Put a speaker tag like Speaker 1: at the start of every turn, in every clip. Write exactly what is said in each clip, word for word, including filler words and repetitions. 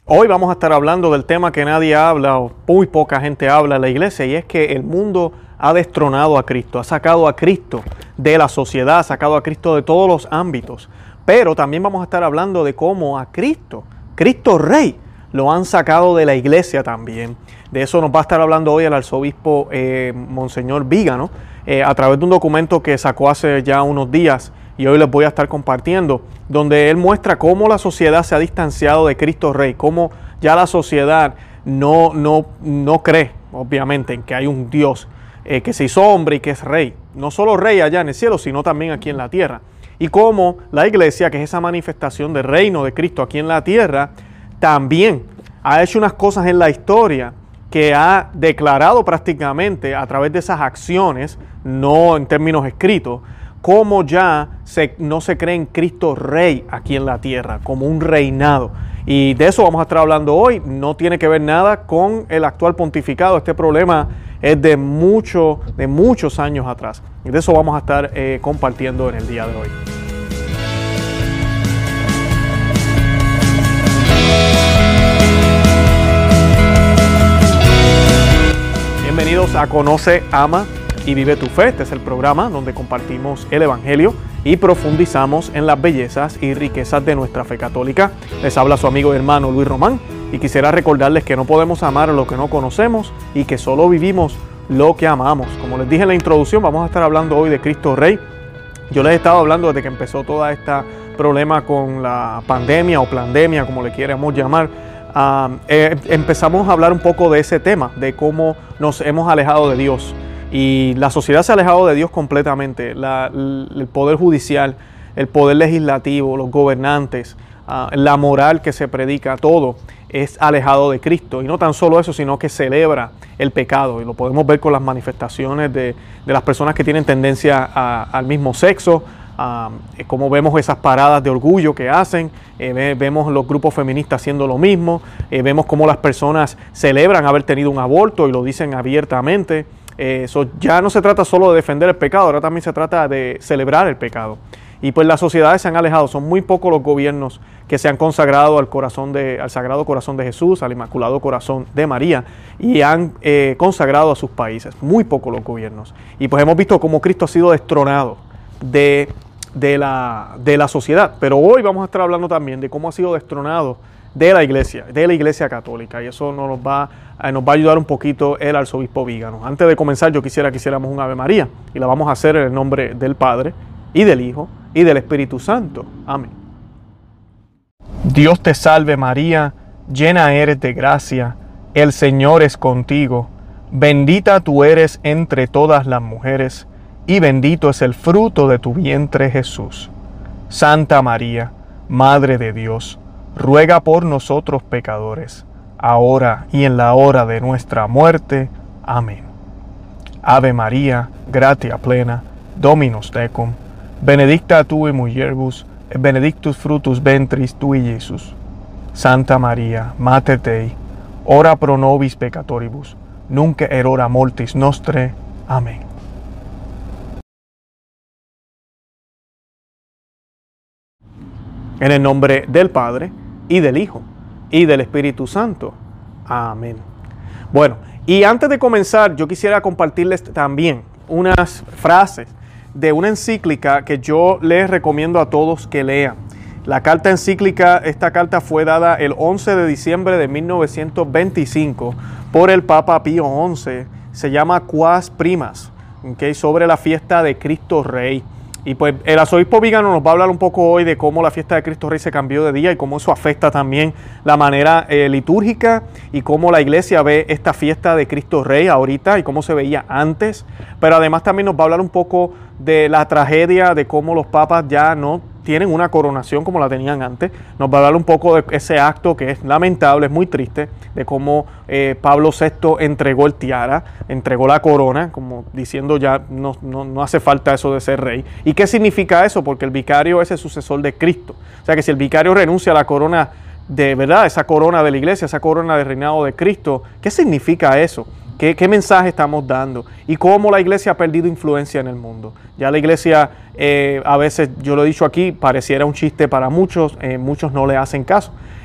Speaker 1: Hoy vamos a estar hablando del tema que nadie habla o muy poca gente habla en la iglesia, y es que el mundo ha destronado a Cristo, ha sacado a Cristo de la sociedad, ha sacado a Cristo de todos los ámbitos. Pero también vamos a estar hablando de cómo a Cristo, Cristo Rey, lo han sacado de la iglesia también. De eso nos va a estar hablando hoy el arzobispo eh, Monseñor Vígano, eh, a través de un documento que sacó hace ya unos días, y hoy les voy a estar compartiendo, donde él muestra cómo la sociedad se ha distanciado de Cristo Rey, cómo ya la sociedad no, no, no cree, obviamente, en que hay un Dios eh, que se hizo hombre y que es Rey. No solo Rey allá en el cielo, sino también aquí en la tierra. Y cómo la iglesia, que es esa manifestación del reino de Cristo aquí en la tierra, también ha hecho unas cosas en la historia que ha declarado prácticamente a través de esas acciones, no en términos escritos, cómo ya se, no se cree en Cristo Rey aquí en la tierra, como un reinado. Y de eso vamos a estar hablando hoy. No tiene que ver nada con el actual pontificado. Este problema es de, mucho, de muchos años atrás. Y de eso vamos a estar eh, compartiendo en el día de hoy. Bienvenidos a Conoce, Ama y Vive tu Fe. Este es el programa donde compartimos el Evangelio y profundizamos en las bellezas y riquezas de nuestra fe católica. Les habla su amigo y hermano Luis Román, y quisiera recordarles que no podemos amar lo que no conocemos y que solo vivimos lo que amamos. Como les dije en la introducción, vamos a estar hablando hoy de Cristo Rey. Yo les he estado hablando desde que empezó toda esta problema con la pandemia o plandemia, como le queramos llamar. Uh, eh, empezamos a hablar un poco de ese tema, de cómo nos hemos alejado de Dios. Y la sociedad se ha alejado de Dios completamente. La, el poder judicial, el poder legislativo, los gobernantes, uh, la moral que se predica, todo es alejado de Cristo. Y no tan solo eso, sino que celebra el pecado. Y lo podemos ver con las manifestaciones de, de las personas que tienen tendencia a, al mismo sexo. Uh, como vemos esas paradas de orgullo que hacen, eh, ve, vemos los grupos feministas haciendo lo mismo, eh, vemos cómo las personas celebran haber tenido un aborto y lo dicen abiertamente. Eh, eso ya no se trata solo de defender el pecado, ahora también se trata de celebrar el pecado. Y pues las sociedades se han alejado, son muy pocos los gobiernos que se han consagrado al corazón de, al Sagrado Corazón de Jesús, al Inmaculado Corazón de María, y han eh, consagrado a sus países, muy pocos los gobiernos. Y pues hemos visto cómo Cristo ha sido destronado de De la, de la sociedad. Pero hoy vamos a estar hablando también de cómo ha sido destronado de la iglesia, de la iglesia católica, y eso nos va, eh, nos va a ayudar un poquito el arzobispo Vígano. Antes de comenzar, yo quisiera que hiciéramos un Ave María, y la vamos a hacer en el nombre del Padre, y del Hijo, y del Espíritu Santo. Amén. Dios te salve María, llena eres de gracia, el Señor es contigo, bendita tú eres entre todas las mujeres, y bendito es el fruto de tu vientre, Jesús. Santa María, Madre de Dios, ruega por nosotros pecadores, ahora y en la hora de nuestra muerte. Amén. Ave María, gratia plena, Dominus tecum, benedicta tu in mulieribus, et benedictus fructus ventris tui, Iesus. Santa María, Mater Dei, ora pro nobis peccatoribus, nunc et hora mortis nostrae. Amén. En el nombre del Padre, y del Hijo, y del Espíritu Santo. Amén. Bueno, y antes de comenzar, yo quisiera compartirles también unas frases de una encíclica que yo les recomiendo a todos que lean. La carta encíclica, esta carta fue dada el once de diciembre de mil novecientos veinticinco por el Papa Pío once. Se llama Quas Primas, ¿okay? Sobre la fiesta de Cristo Rey. Y pues el arzobispo Vígano nos va a hablar un poco hoy de cómo la fiesta de Cristo Rey se cambió de día y cómo eso afecta también la manera eh, litúrgica y cómo la iglesia ve esta fiesta de Cristo Rey ahorita y cómo se veía antes. Pero además también nos va a hablar un poco de la tragedia de cómo los papas ya no tienen una coronación como la tenían antes. Nos va a hablar un poco de ese acto que es lamentable, es muy triste, de cómo eh, Pablo sexto entregó el tiara, entregó la corona, como diciendo ya no, no, no hace falta eso de ser rey. ¿Y qué significa eso? Porque el vicario es el sucesor de Cristo. O sea que si el vicario renuncia a la corona de verdad, esa corona de la iglesia, esa corona del reinado de Cristo, ¿qué significa eso? ¿Qué, qué mensaje estamos dando? Y cómo la iglesia ha perdido influencia en el mundo. Ya la iglesia, eh, a veces, yo lo he dicho aquí, pareciera un chiste para muchos, eh, muchos no le hacen caso.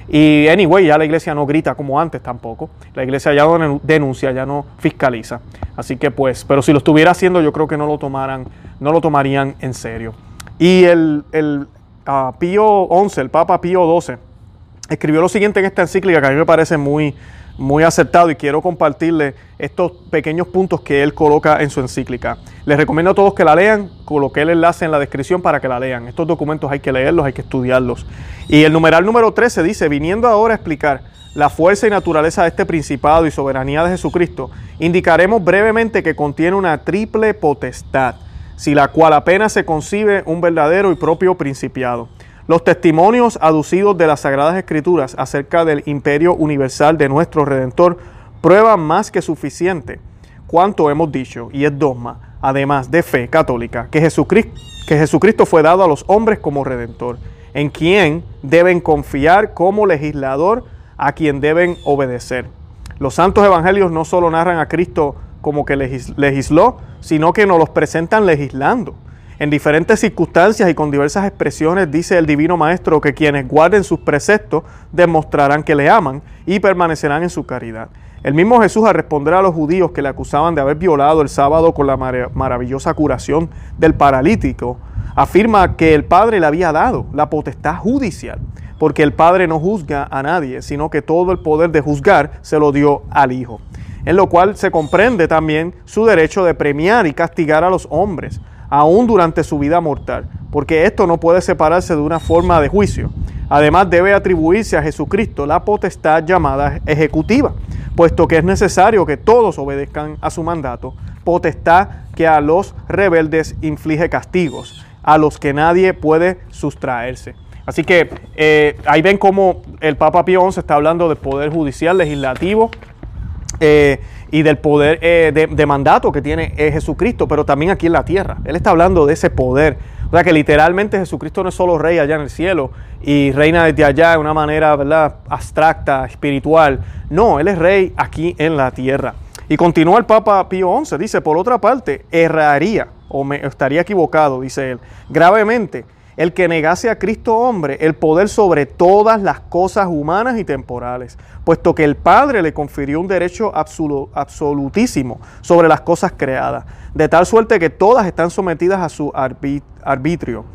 Speaker 1: Y anyway, ya la iglesia no grita como antes tampoco. La iglesia ya no denuncia, ya no fiscaliza. Así que pues, pero si lo estuviera haciendo, yo creo que no lo tomaran, no lo tomarían en serio. Y el, el uh, Pío once, el Papa Pío doce, escribió lo siguiente en esta encíclica que a mí me parece muy, muy acertado y quiero compartirle estos pequeños puntos que él coloca en su encíclica. Les recomiendo a todos que la lean, coloqué el enlace en la descripción para que la lean. Estos documentos hay que leerlos, hay que estudiarlos. Y el numeral número trece dice, viniendo ahora a explicar la fuerza y naturaleza de este principado y soberanía de Jesucristo, indicaremos brevemente que contiene una triple potestad, sin la cual apenas se concibe un verdadero y propio principiado. Los testimonios aducidos de las Sagradas Escrituras acerca del imperio universal de nuestro Redentor prueban más que suficiente cuanto hemos dicho, y es dogma, además de fe católica, que Jesucristo, que Jesucristo fue dado a los hombres como Redentor, en quien deben confiar como legislador, a quien deben obedecer. Los santos evangelios no solo narran a Cristo como que legis, legisló, sino que nos los presentan legislando. En diferentes circunstancias y con diversas expresiones dice el Divino Maestro que quienes guarden sus preceptos demostrarán que le aman y permanecerán en su caridad. El mismo Jesús, al responder a los judíos que le acusaban de haber violado el sábado con la mar- maravillosa curación del paralítico, afirma que el Padre le había dado la potestad judicial, porque el Padre no juzga a nadie, sino que todo el poder de juzgar se lo dio al Hijo. En lo cual se comprende también su derecho de premiar y castigar a los hombres, aún durante su vida mortal, porque esto no puede separarse de una forma de juicio. Además, debe atribuirse a Jesucristo la potestad llamada ejecutiva, puesto que es necesario que todos obedezcan a su mandato, potestad que a los rebeldes inflige castigos, a los que nadie puede sustraerse. Así que eh, ahí ven cómo el Papa Pío once está hablando del poder judicial, legislativo, eh, y del poder eh, de, de mandato que tiene eh, Jesucristo, pero también aquí en la tierra. Él está hablando de ese poder. O sea que literalmente Jesucristo no es solo rey allá en el cielo y reina desde allá de una manera, ¿verdad?, abstracta, espiritual. No, Él es rey aquí en la tierra. Y continúa el Papa Pío once, dice, por otra parte, erraría, o me estaría equivocado, dice él, gravemente, el que negase a Cristo hombre el poder sobre todas las cosas humanas y temporales, puesto que el Padre le confirió un derecho absolu- absolutísimo sobre las cosas creadas, de tal suerte que todas están sometidas a su arbit- arbitrio.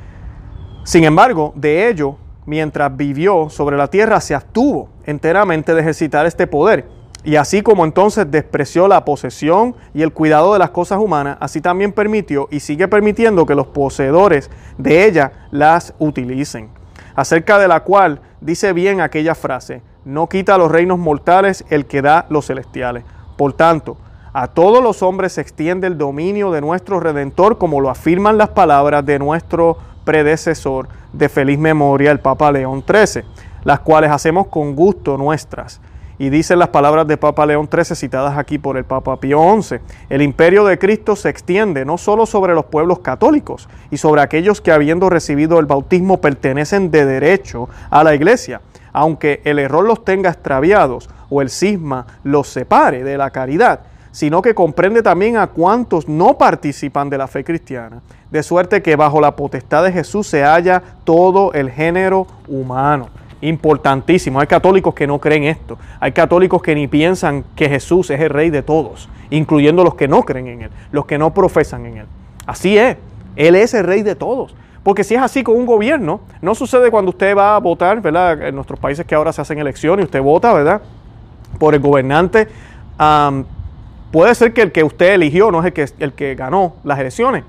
Speaker 1: Sin embargo, de ello, mientras vivió sobre la tierra, se abstuvo enteramente de ejercitar este poder. Y así como entonces despreció la posesión y el cuidado de las cosas humanas, así también permitió y sigue permitiendo que los poseedores de ella las utilicen. Acerca de la cual dice bien aquella frase, no quita los reinos mortales el que da los celestiales. Por tanto, a todos los hombres se extiende el dominio de nuestro Redentor, como lo afirman las palabras de nuestro predecesor de feliz memoria, el Papa León trece, las cuales hacemos con gusto nuestras. Y dicen las palabras de Papa León trece citadas aquí por el Papa Pío once. El imperio de Cristo se extiende no solo sobre los pueblos católicos y sobre aquellos que habiendo recibido el bautismo pertenecen de derecho a la iglesia, aunque el error los tenga extraviados o el cisma los separe de la caridad, sino que comprende también a cuantos no participan de la fe cristiana, de suerte que bajo la potestad de Jesús se halla todo el género humano. Importantísimo. Hay católicos que no creen esto. Hay católicos que ni piensan que Jesús es el rey de todos, incluyendo los que no creen en Él, los que no profesan en Él. Así es. Él es el rey de todos. Porque si es así con un gobierno, no sucede cuando usted va a votar, ¿verdad? En nuestros países que ahora se hacen elecciones y usted vota, ¿verdad?, por el gobernante. Um, puede ser que el que usted eligió no es el que, el que ganó las elecciones.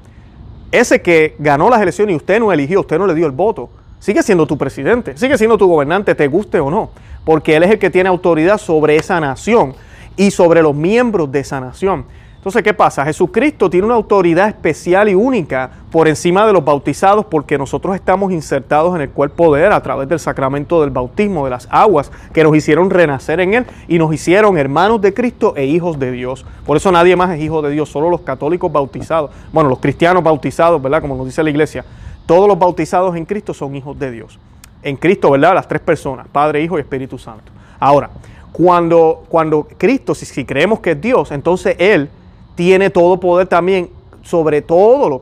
Speaker 1: Ese que ganó las elecciones y usted no eligió, usted no le dio el voto, sigue siendo tu presidente, sigue siendo tu gobernante, te guste o no, porque él es el que tiene autoridad sobre esa nación y sobre los miembros de esa nación. Entonces, ¿qué pasa? Jesucristo tiene una autoridad especial y única por encima de los bautizados, porque nosotros estamos insertados en el cuerpo de Él a través del sacramento del bautismo, de las aguas que nos hicieron renacer en Él y nos hicieron hermanos de Cristo e hijos de Dios. Por eso nadie más es hijo de Dios, solo los católicos bautizados, bueno, los cristianos bautizados, ¿verdad?, como nos dice la iglesia. Todos los bautizados en Cristo son hijos de Dios. En Cristo, ¿verdad?, las tres personas, Padre, Hijo y Espíritu Santo. Ahora, cuando, cuando Cristo, si, si creemos que es Dios, entonces Él tiene todo poder también sobre todo lo creado.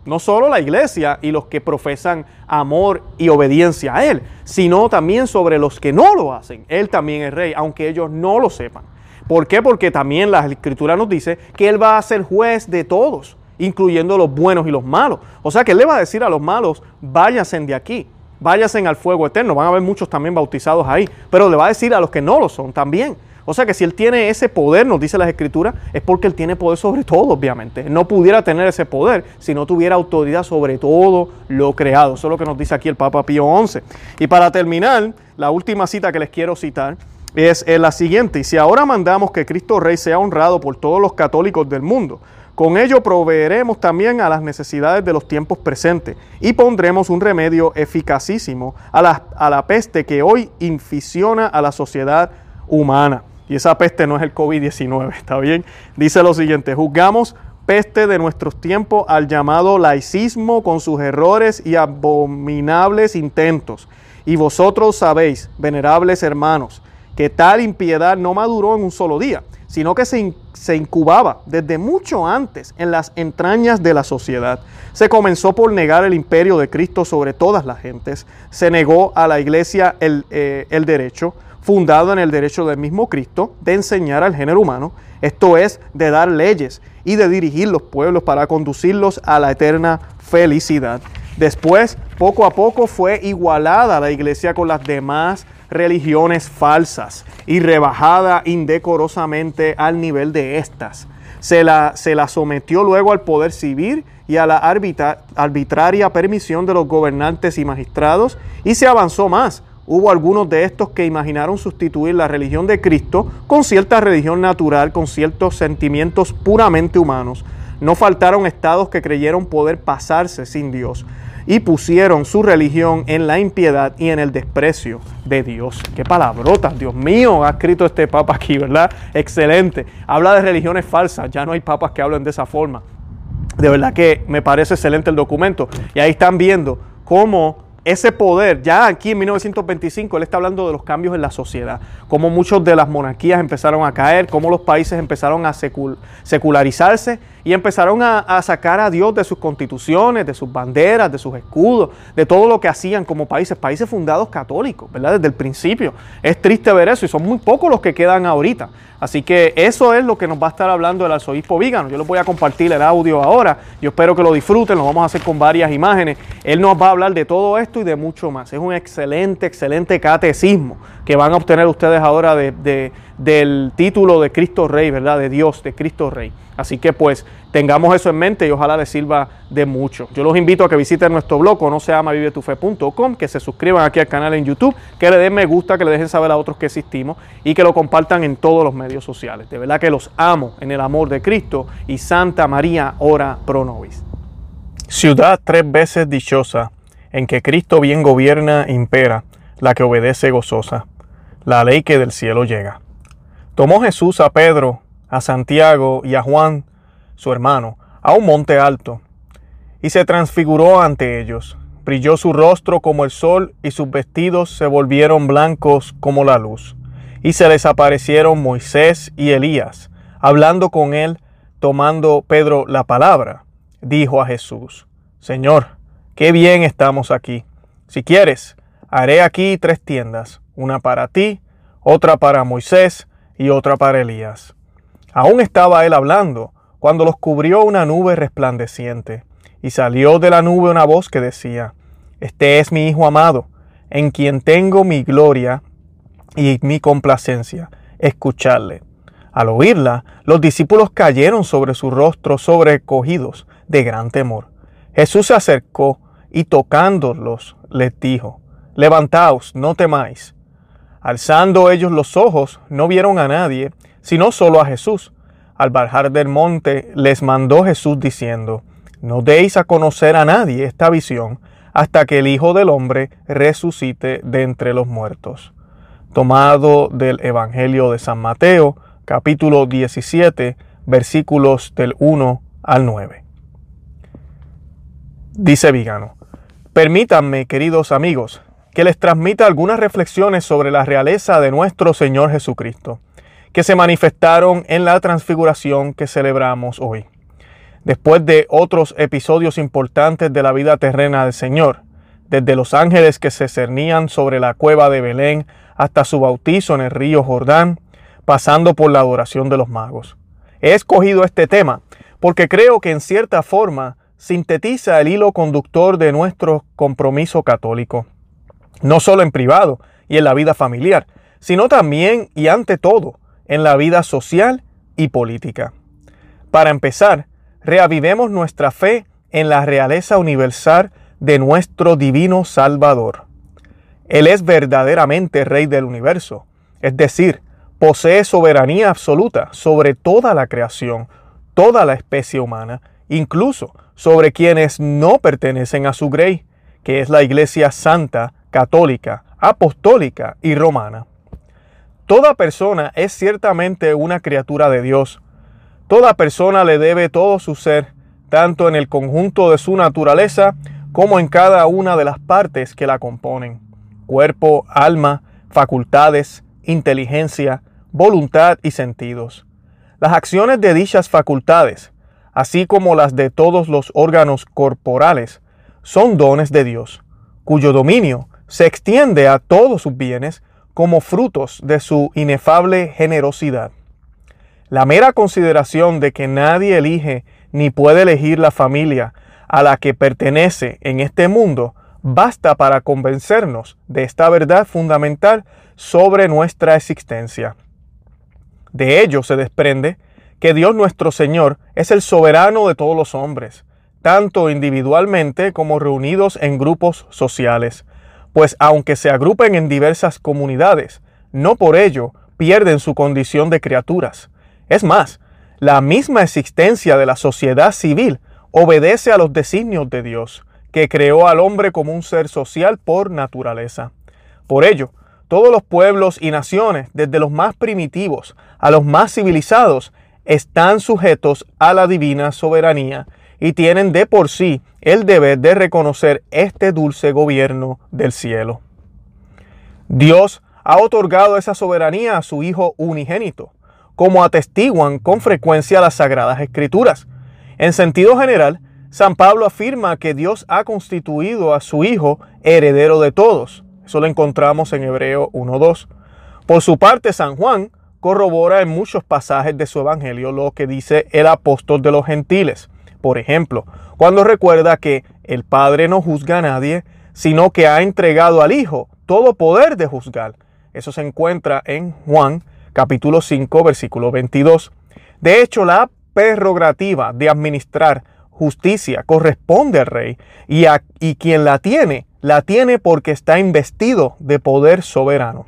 Speaker 1: No solo la iglesia y los que profesan amor y obediencia a Él, sino también sobre los que no lo hacen. Él también es rey, aunque ellos no lo sepan. ¿Por qué? Porque también la Escritura nos dice que Él va a ser juez de todos, incluyendo los buenos y los malos. O sea que Él le va a decir a los malos, váyanse de aquí, váyanse al fuego eterno. Van a haber muchos también bautizados ahí, pero le va a decir a los que no lo son también. O sea que si Él tiene ese poder, nos dice la Escritura, es porque Él tiene poder sobre todo, obviamente. No pudiera tener ese poder si no tuviera autoridad sobre todo lo creado. Eso es lo que nos dice aquí el Papa Pío once. Y para terminar, la última cita que les quiero citar es la siguiente. Y si ahora mandamos que Cristo Rey sea honrado por todos los católicos del mundo, con ello proveeremos también a las necesidades de los tiempos presentes y pondremos un remedio eficacísimo a la, a la peste que hoy inficiona a la sociedad humana. Y esa peste no es el COVID diecinueve, ¿está bien? Dice lo siguiente: juzgamos peste de nuestros tiempos al llamado laicismo con sus errores y abominables intentos. Y vosotros sabéis, venerables hermanos, que tal impiedad no maduró en un solo día, sino que se, in, se incubaba desde mucho antes en las entrañas de la sociedad. Se comenzó por negar el imperio de Cristo sobre todas las gentes. Se negó a la iglesia el, eh, el derecho, fundado en el derecho del mismo Cristo, de enseñar al género humano, esto es, de dar leyes y de dirigir los pueblos para conducirlos a la eterna felicidad. Después, poco a poco, fue igualada la iglesia con las demás religiones falsas y rebajada indecorosamente al nivel de estas. Se la, se la sometió luego al poder civil y a la arbitra, arbitraria permisión de los gobernantes y magistrados, y se avanzó más. Hubo algunos de estos que imaginaron sustituir la religión de Cristo con cierta religión natural, con ciertos sentimientos puramente humanos. No faltaron estados que creyeron poder pasarse sin Dios y pusieron su religión en la impiedad y en el desprecio de Dios. ¡Qué palabrotas! Dios mío, ha escrito este papa aquí, ¿verdad? Excelente. Habla de religiones falsas. Ya no hay papas que hablen de esa forma. De verdad que me parece excelente el documento. Y ahí están viendo cómo ese poder, ya aquí en mil novecientos veinticinco, él está hablando de los cambios en la sociedad, cómo muchas de las monarquías empezaron a caer, cómo los países empezaron a secul secularizarse y empezaron a, a sacar a Dios de sus constituciones, de sus banderas, de sus escudos, de todo lo que hacían como países, países fundados católicos, ¿verdad? Desde el principio. Es triste ver eso y son muy pocos los que quedan ahorita. Así que eso es lo que nos va a estar hablando el arzobispo Vígano. Yo les voy a compartir el audio ahora. Yo espero que lo disfruten, lo vamos a hacer con varias imágenes. Él nos va a hablar de todo esto y de mucho más. Es un excelente, excelente catecismo que van a obtener ustedes ahora de, de, del título de Cristo Rey, ¿verdad? De Dios, de Cristo Rey. Así que pues tengamos eso en mente y ojalá les sirva de mucho. Yo los invito a que visiten nuestro blog conoceama vive tu fe punto com, que se suscriban aquí al canal en YouTube, que le den me gusta, que le dejen saber a otros que existimos y que lo compartan en todos los medios sociales. De verdad que los amo en el amor de Cristo y Santa María, ora pro nobis. Ciudad tres veces dichosa, en que Cristo bien gobierna e impera, la que obedece gozosa, la ley que del cielo llega. Tomó Jesús a Pedro, a Santiago y a Juan, su hermano, a un monte alto, y se transfiguró ante ellos. Brilló su rostro como el sol, y sus vestidos se volvieron blancos como la luz. Y se les aparecieron Moisés y Elías, hablando con él. Tomando Pedro la palabra, dijo a Jesús: Señor, qué bien estamos aquí. Si quieres, haré aquí tres tiendas, una para ti, otra para Moisés y otra para Elías. Aún estaba él hablando, cuando los cubrió una nube resplandeciente, y salió de la nube una voz que decía: Este es mi Hijo amado, en quien tengo mi gloria y mi complacencia, escuchadle. Al oírla, los discípulos cayeron sobre su rostro sobrecogidos de gran temor. Jesús se acercó y tocándolos les dijo: Levantaos, no temáis. Alzando ellos los ojos, no vieron a nadie, sino solo a Jesús. Al bajar del monte, les mandó Jesús diciendo: No deis a conocer a nadie esta visión, hasta que el Hijo del Hombre resucite de entre los muertos. Tomado del Evangelio de San Mateo, capítulo diecisiete, versículos del uno al nueve. Dice Vígano: Permítanme, queridos amigos, que les transmita algunas reflexiones sobre la realeza de nuestro Señor Jesucristo, que se manifestaron en la transfiguración que celebramos hoy. Después de otros episodios importantes de la vida terrena del Señor, desde los ángeles que se cernían sobre la cueva de Belén hasta su bautizo en el río Jordán, pasando por la adoración de los magos. He escogido este tema porque creo que en cierta forma sintetiza el hilo conductor de nuestro compromiso católico, no solo en privado y en la vida familiar, sino también y ante todo en la vida social y política. Para empezar, reavivemos nuestra fe en la realeza universal de nuestro divino Salvador. Él es verdaderamente Rey del universo, es decir, posee soberanía absoluta sobre toda la creación, toda la especie humana, incluso sobre quienes no pertenecen a su grey, que es la Iglesia Santa, Católica, Apostólica y Romana. Toda persona es ciertamente una criatura de Dios. Toda persona le debe todo su ser, tanto en el conjunto de su naturaleza como en cada una de las partes que la componen: cuerpo, alma, facultades, inteligencia, voluntad y sentidos. Las acciones de dichas facultades, así como las de todos los órganos corporales, son dones de Dios, cuyo dominio se extiende a todos sus bienes como frutos de su inefable generosidad. La mera consideración de que nadie elige ni puede elegir la familia a la que pertenece en este mundo basta para convencernos de esta verdad fundamental sobre nuestra existencia. De ello se desprende que Dios nuestro Señor es el soberano de todos los hombres, tanto individualmente como reunidos en grupos sociales, pues aunque se agrupen en diversas comunidades, no por ello pierden su condición de criaturas. Es más, la misma existencia de la sociedad civil obedece a los designios de Dios, que creó al hombre como un ser social por naturaleza. Por ello, todos los pueblos y naciones, desde los más primitivos a los más civilizados, están sujetos a la divina soberanía y tienen de por sí el deber de reconocer este dulce gobierno del cielo. Dios ha otorgado esa soberanía a su Hijo unigénito, como atestiguan con frecuencia las Sagradas Escrituras. En sentido general, San Pablo afirma que Dios ha constituido a su Hijo heredero de todos. Eso lo encontramos en Hebreo uno dos. Por su parte, San Juan corrobora en muchos pasajes de su Evangelio lo que dice el apóstol de los gentiles. Por ejemplo, cuando recuerda que el Padre no juzga a nadie, sino que ha entregado al Hijo todo poder de juzgar. Eso se encuentra en Juan capítulo cinco, versículo veintidós. De hecho, la prerrogativa de administrar justicia corresponde al Rey, y, a, y quien la tiene, la tiene porque está investido de poder soberano.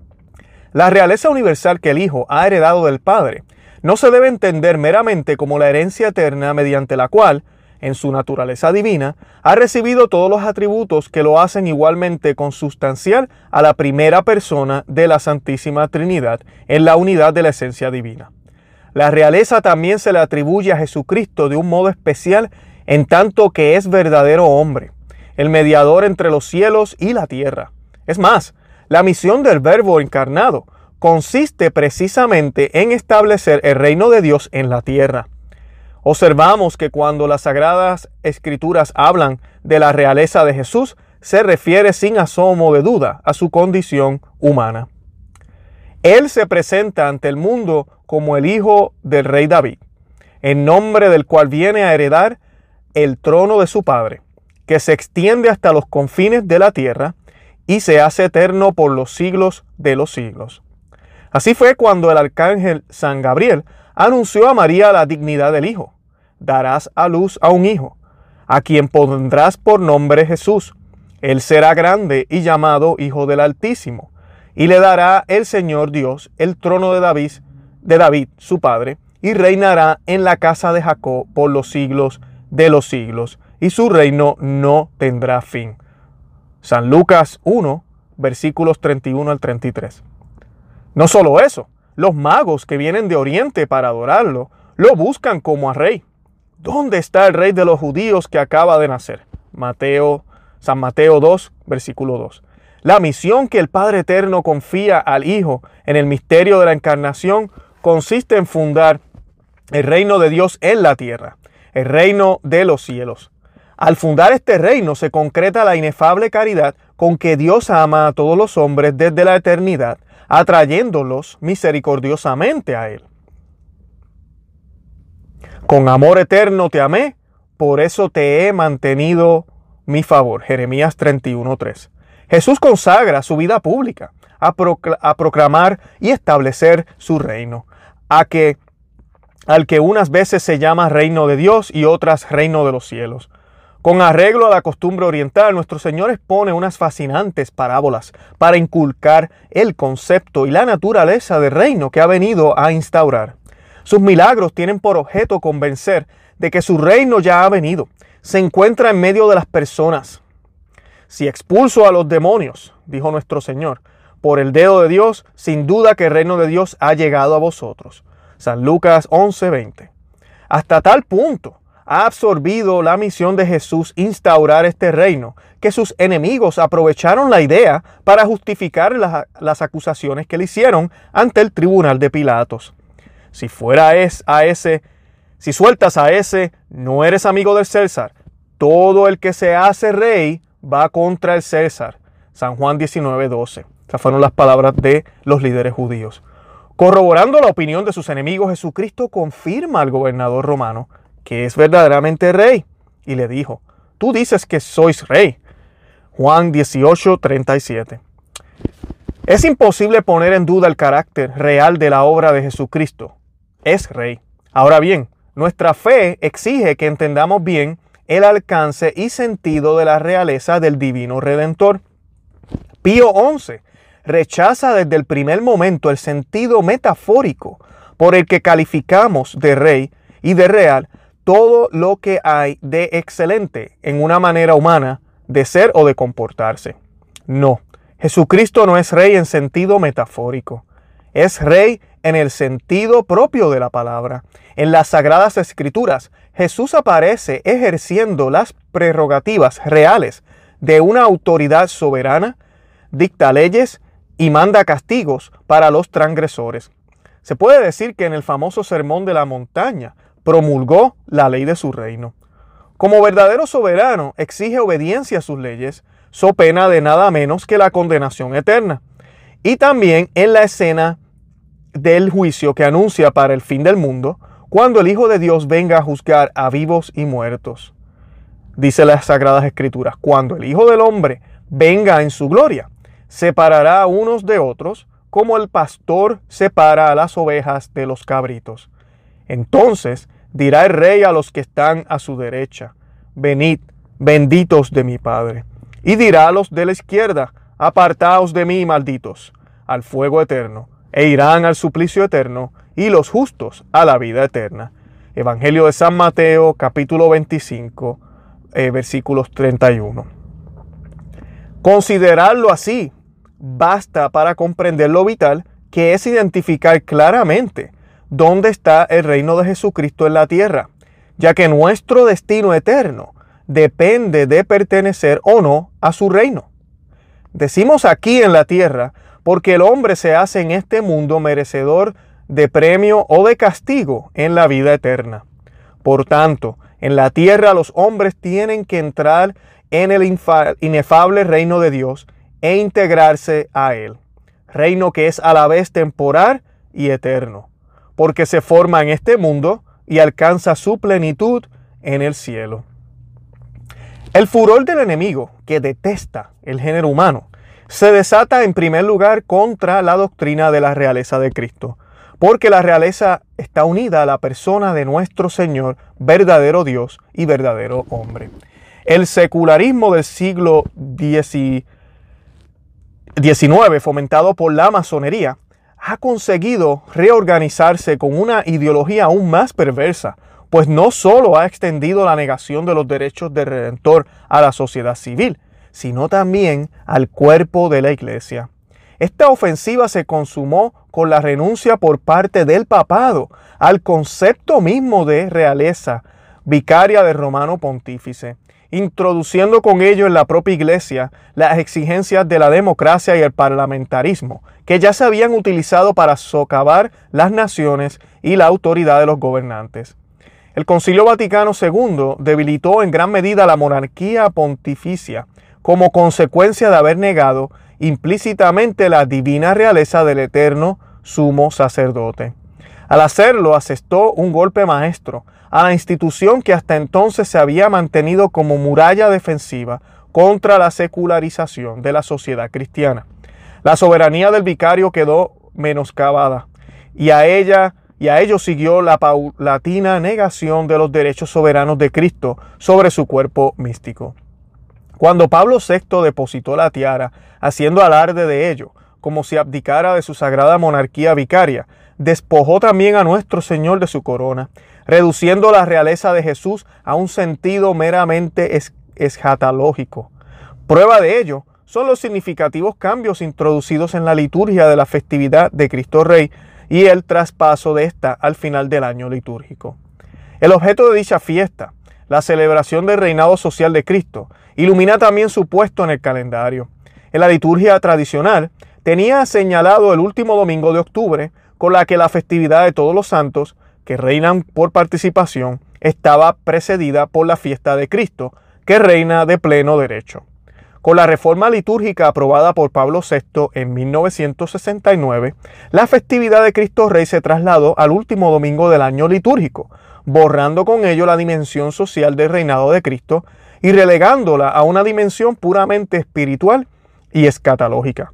Speaker 1: La realeza universal que el Hijo ha heredado del Padre no se debe entender meramente como la herencia eterna mediante la cual, en su naturaleza divina, ha recibido todos los atributos que lo hacen igualmente consustancial a la primera persona de la Santísima Trinidad en la unidad de la esencia divina. La realeza también se le atribuye a Jesucristo de un modo especial en tanto que es verdadero hombre, el mediador entre los cielos y la tierra. Es más, la misión del Verbo encarnado consiste precisamente en establecer el reino de Dios en la tierra. Observamos que cuando las Sagradas Escrituras hablan de la realeza de Jesús, se refiere sin asomo de duda a su condición humana. Él se presenta ante el mundo como el hijo del rey David, en nombre del cual viene a heredar el trono de su padre, que se extiende hasta los confines de la tierra y se hace eterno por los siglos de los siglos. Así fue cuando el arcángel San Gabriel anunció a María la dignidad del Hijo. Darás a luz a un hijo, a quien pondrás por nombre Jesús. Él será grande y llamado Hijo del Altísimo, y le dará el Señor Dios el trono de David, de David, su padre, y reinará en la casa de Jacob por los siglos de los siglos, y su reino no tendrá fin. San Lucas uno, versículos treinta y uno al treinta y tres. No solo eso, los magos que vienen de Oriente para adorarlo, lo buscan como a rey. ¿Dónde está el rey de los judíos que acaba de nacer? Mateo, San Mateo dos, versículo dos. La misión que el Padre Eterno confía al Hijo en el misterio de la encarnación consiste en fundar el reino de Dios en la tierra. el reino de los cielos. Al fundar este reino se concreta la inefable caridad con que Dios ama a todos los hombres desde la eternidad, atrayéndolos misericordiosamente a Él. Con amor eterno te amé, por eso te he mantenido mi favor. Jeremías treinta y uno, tres. Jesús consagra su vida pública a, procl- a proclamar y establecer su reino, a que, al que unas veces se llama reino de Dios y otras reino de los cielos. Con arreglo a la costumbre oriental, nuestro Señor expone unas fascinantes parábolas para inculcar el concepto y la naturaleza del reino que ha venido a instaurar. Sus milagros tienen por objeto convencer de que su reino ya ha venido, se encuentra en medio de las personas. Si expulso a los demonios, dijo nuestro Señor, por el dedo de Dios, sin duda que el reino de Dios ha llegado a vosotros. San Lucas once, veinte. Hasta tal punto ha absorbido la misión de Jesús instaurar este reino, que sus enemigos aprovecharon la idea para justificar las, las acusaciones que le hicieron ante el tribunal de Pilatos. Si fuera es a ese, si sueltas a ese, no eres amigo del César. Todo el que se hace rey va contra el César. San Juan diecinueve, doce. Esas fueron las palabras de los líderes judíos. Corroborando la opinión de sus enemigos, Jesucristo confirma al gobernador romano que es verdaderamente rey, y le dijo: tú dices que sois rey. Juan dieciocho, treinta y siete. Es imposible poner en duda el carácter real de la obra de Jesucristo. Es rey. Ahora bien, nuestra fe exige que entendamos bien el alcance y sentido de la realeza del divino Redentor. Pío once rechaza desde el primer momento el sentido metafórico por el que calificamos de rey y de real todo lo que hay de excelente en una manera humana de ser o de comportarse. No, Jesucristo no es rey en sentido metafórico. Es rey en el sentido propio de la palabra. En las Sagradas Escrituras, Jesús aparece ejerciendo las prerrogativas reales de una autoridad soberana, dicta leyes y manda castigos para los transgresores. Se puede decir que en el famoso Sermón de la Montaña promulgó la ley de su reino. Como verdadero soberano, exige obediencia a sus leyes, so pena de nada menos que la condenación eterna. Y también en la escena del juicio que anuncia para el fin del mundo, cuando el Hijo de Dios venga a juzgar a vivos y muertos. Dice las Sagradas Escrituras: cuando el Hijo del Hombre venga en su gloria, separará a unos de otros, como el pastor separa a las ovejas de los cabritos. Entonces dirá el Rey a los que están a su derecha: venid, benditos de mi Padre. Y dirá a los de la izquierda: apartaos de mí, malditos, al fuego eterno, e irán al suplicio eterno, y los justos a la vida eterna. Evangelio de San Mateo, capítulo veinticinco, eh, versículos treinta y uno. Considerarlo así basta para comprender lo vital que es identificar claramente dónde está el reino de Jesucristo en la tierra, ya que nuestro destino eterno depende de pertenecer o no a su reino. Decimos aquí en la tierra porque el hombre se hace en este mundo merecedor de premio o de castigo en la vida eterna. Por tanto, en la tierra los hombres tienen que entrar en el inefable reino de Dios e integrarse a él, reino que es a la vez temporal y eterno, porque se forma en este mundo y alcanza su plenitud en el cielo. El furor del enemigo, que detesta el género humano, se desata en primer lugar contra la doctrina de la realeza de Cristo, porque la realeza está unida a la persona de nuestro Señor, verdadero Dios y verdadero hombre. El secularismo del siglo diecinueve, fomentado por la masonería, ha conseguido reorganizarse con una ideología aún más perversa, pues no solo ha extendido la negación de los derechos del Redentor a la sociedad civil, sino también al cuerpo de la Iglesia. Esta ofensiva se consumó con la renuncia por parte del papado al concepto mismo de realeza vicaria del romano pontífice, introduciendo con ello en la propia Iglesia las exigencias de la democracia y el parlamentarismo, que ya se habían utilizado para socavar las naciones y la autoridad de los gobernantes. El Concilio Vaticano segundo debilitó en gran medida la monarquía pontificia como consecuencia de haber negado implícitamente la divina realeza del eterno sumo sacerdote. Al hacerlo, asestó un golpe maestro a la institución que hasta entonces se había mantenido como muralla defensiva contra la secularización de la sociedad cristiana. La soberanía del vicario quedó menoscabada y a ella y a ello siguió la paulatina negación de los derechos soberanos de Cristo sobre su cuerpo místico. Cuando Pablo sexto depositó la tiara, haciendo alarde de ello, como si abdicara de su sagrada monarquía vicaria, despojó también a nuestro Señor de su corona, reduciendo la realeza de Jesús a un sentido meramente es escatológico. Prueba de ello son los significativos cambios introducidos en la liturgia de la festividad de Cristo Rey y el traspaso de esta al final del año litúrgico. El objeto de dicha fiesta, la celebración del reinado social de Cristo, ilumina también su puesto en el calendario. En la liturgia tradicional tenía señalado el último domingo de octubre, con la que la festividad de todos los santos, que reinan por participación, estaba precedida por la fiesta de Cristo, que reina de pleno derecho. Con la reforma litúrgica aprobada por Pablo sexto en mil novecientos sesenta y nueve, la festividad de Cristo Rey se trasladó al último domingo del año litúrgico, borrando con ello la dimensión social del reinado de Cristo y relegándola a una dimensión puramente espiritual y escatológica.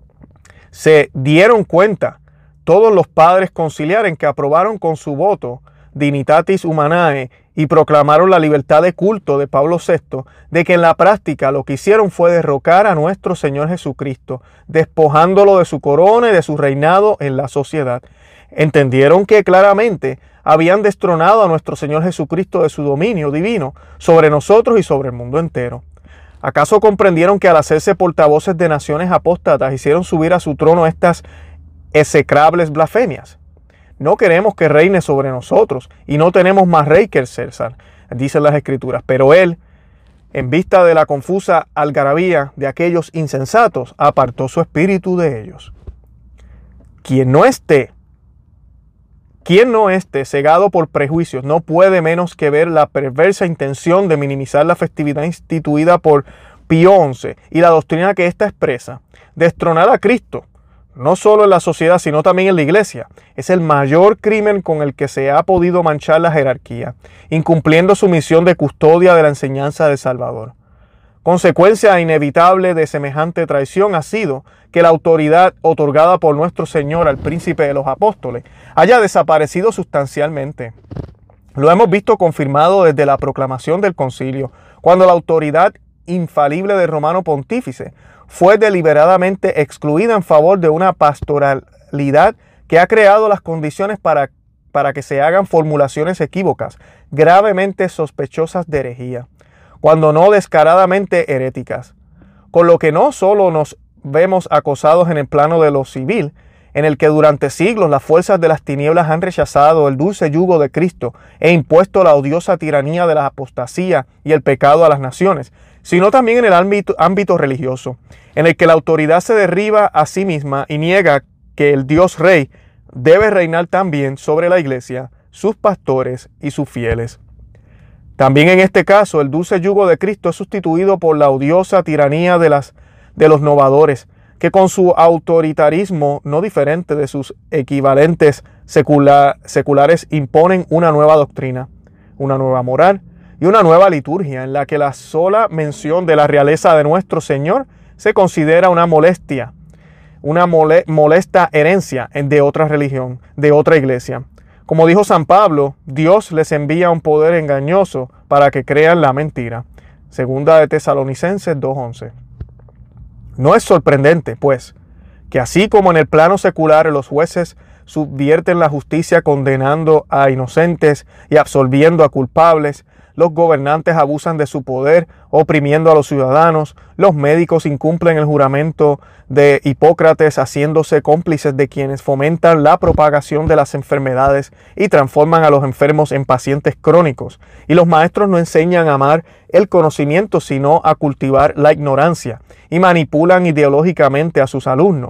Speaker 1: Se dieron cuenta todos los padres conciliares que aprobaron con su voto Dignitatis Humanae y proclamaron la libertad de culto de Pablo sexto, de que en la práctica lo que hicieron fue derrocar a nuestro Señor Jesucristo, despojándolo de su corona y de su reinado en la sociedad. Entendieron que claramente habían destronado a nuestro Señor Jesucristo de su dominio divino sobre nosotros y sobre el mundo entero. ¿Acaso comprendieron que al hacerse portavoces de naciones apóstatas hicieron subir a su trono estas execrables blasfemias? No queremos que reine sobre nosotros y no tenemos más rey que el César, dicen las Escrituras. Pero él, en vista de la confusa algarabía de aquellos insensatos, apartó su espíritu de ellos. Quien no esté, quien no esté cegado por prejuicios no puede menos que ver la perversa intención de minimizar la festividad instituida por Pío once y la doctrina que ésta expresa. Destronar a Cristo, no solo en la sociedad, sino también en la iglesia, es el mayor crimen con el que se ha podido manchar la jerarquía, incumpliendo su misión de custodia de la enseñanza del Salvador. Consecuencia inevitable de semejante traición ha sido que la autoridad otorgada por nuestro Señor al príncipe de los apóstoles haya desaparecido sustancialmente. Lo hemos visto confirmado desde la proclamación del concilio, cuando la autoridad infalible del romano pontífice fue deliberadamente excluida en favor de una pastoralidad que ha creado las condiciones para, para que se hagan formulaciones equívocas, gravemente sospechosas de herejía, cuando no descaradamente heréticas. Con lo que no solo nos vemos acosados en el plano de lo civil, en el que durante siglos las fuerzas de las tinieblas han rechazado el dulce yugo de Cristo e impuesto la odiosa tiranía de la apostasía y el pecado a las naciones, sino también en el ámbito, ámbito religioso, en el que la autoridad se derriba a sí misma y niega que el Dios Rey debe reinar también sobre la iglesia, sus pastores y sus fieles. También en este caso, el dulce yugo de Cristo es sustituido por la odiosa tiranía de, las, de los novadores, que con su autoritarismo no diferente de sus equivalentes secular, seculares imponen una nueva doctrina, una nueva moral y una nueva liturgia en la que la sola mención de la realeza de nuestro Señor se considera una molestia, una mole, molesta herencia de otra religión, de otra iglesia. Como dijo San Pablo, Dios les envía un poder engañoso para que crean la mentira. Segunda de Tesalonicenses dos once. No es sorprendente, pues, que así como en el plano secular los jueces subvierten la justicia condenando a inocentes y absolviendo a culpables, los gobernantes abusan de su poder oprimiendo a los ciudadanos, los médicos incumplen el juramento de Hipócrates haciéndose cómplices de quienes fomentan la propagación de las enfermedades y transforman a los enfermos en pacientes crónicos, y los maestros no enseñan a amar el conocimiento sino a cultivar la ignorancia, y manipulan ideológicamente a sus alumnos.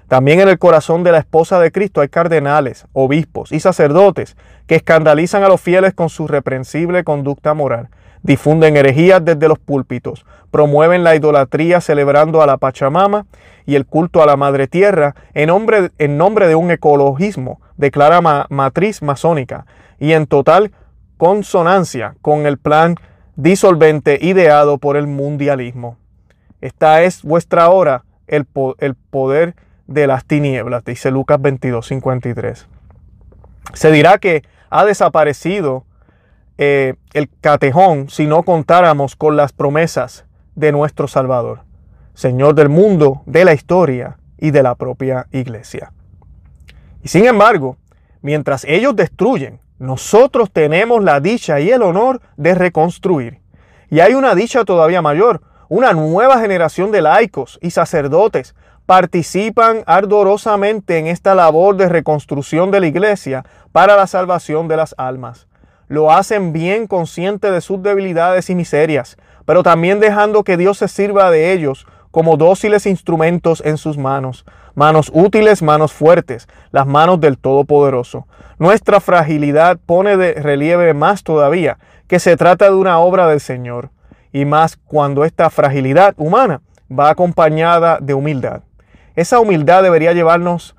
Speaker 1: También en el corazón de la esposa de Cristo hay cardenales, obispos y sacerdotes que escandalizan a los fieles con su reprensible conducta moral, difunden herejías desde los púlpitos, promueven la idolatría celebrando a la Pachamama y el culto a la Madre Tierra en nombre, en nombre de un ecologismo de clara ma- matriz masónica y en total consonancia con el plan disolvente ideado por el mundialismo. Esta es vuestra hora, el, po- el poder de las tinieblas, dice Lucas veintidós, cincuenta y tres. Se dirá que ha desaparecido eh, el catejón si no contáramos con las promesas de nuestro Salvador, Señor del mundo, de la historia y de la propia iglesia. Y sin embargo, mientras ellos destruyen, nosotros tenemos la dicha y el honor de reconstruir. Y hay una dicha todavía mayor. Una nueva generación de laicos y sacerdotes participan ardorosamente en esta labor de reconstrucción de la iglesia para la salvación de las almas. Lo hacen bien conscientes de sus debilidades y miserias, pero también dejando que Dios se sirva de ellos como dóciles instrumentos en sus manos, manos útiles, manos fuertes, las manos del Todopoderoso. Nuestra fragilidad pone de relieve más todavía que se trata de una obra del Señor, y más cuando esta fragilidad humana va acompañada de humildad. Esa humildad debería llevarnos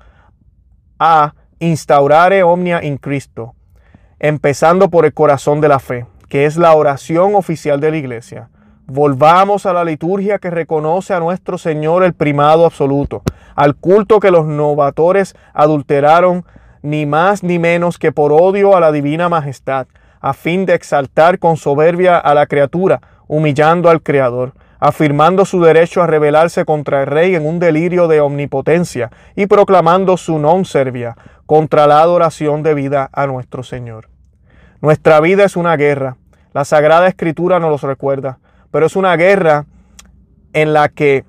Speaker 1: a instaurare omnia in Cristo, empezando por el corazón de la fe, que es la oración oficial de la iglesia. Volvamos a la liturgia que reconoce a nuestro Señor el primado absoluto, al culto que los novatores adulteraron ni más ni menos que por odio a la divina majestad, a fin de exaltar con soberbia a la criatura, humillando al Creador, afirmando su derecho a rebelarse contra el Rey en un delirio de omnipotencia y proclamando su non servia contra la adoración debida a nuestro Señor. Nuestra vida es una guerra. La Sagrada Escritura nos los recuerda, pero es una guerra en la que,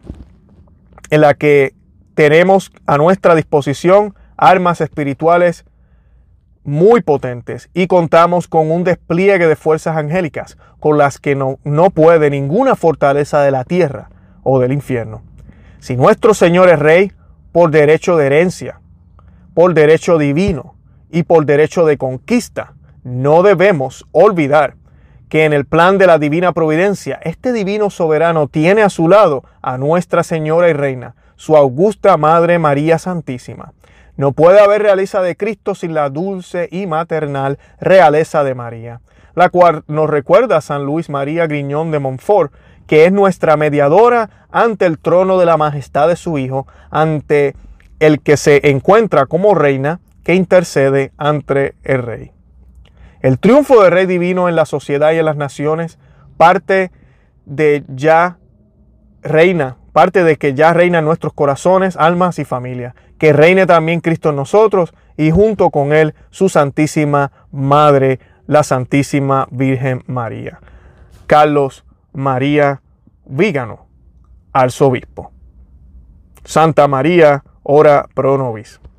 Speaker 1: en la que tenemos a nuestra disposición armas espirituales muy potentes y contamos con un despliegue de fuerzas angélicas con las que no, no puede ninguna fortaleza de la tierra o del infierno. Si nuestro Señor es Rey por derecho de herencia, por derecho divino y por derecho de conquista, no debemos olvidar que en el plan de la divina providencia, este divino soberano tiene a su lado a Nuestra Señora y Reina, su augusta Madre María Santísima. No puede haber realeza de Cristo sin la dulce y maternal realeza de María, la cual nos recuerda a San Luis María Griñón de Montfort, que es nuestra mediadora ante el trono de la majestad de su Hijo, ante el que se encuentra como reina que intercede ante el Rey. El triunfo del Rey Divino en la sociedad y en las naciones parte de ya reina, parte de que ya reina en nuestros corazones, almas y familias. Que reine también Cristo en nosotros y junto con Él su Santísima Madre, la Santísima Virgen María. Carlos María Vígano, arzobispo. Santa María, ora pro nobis.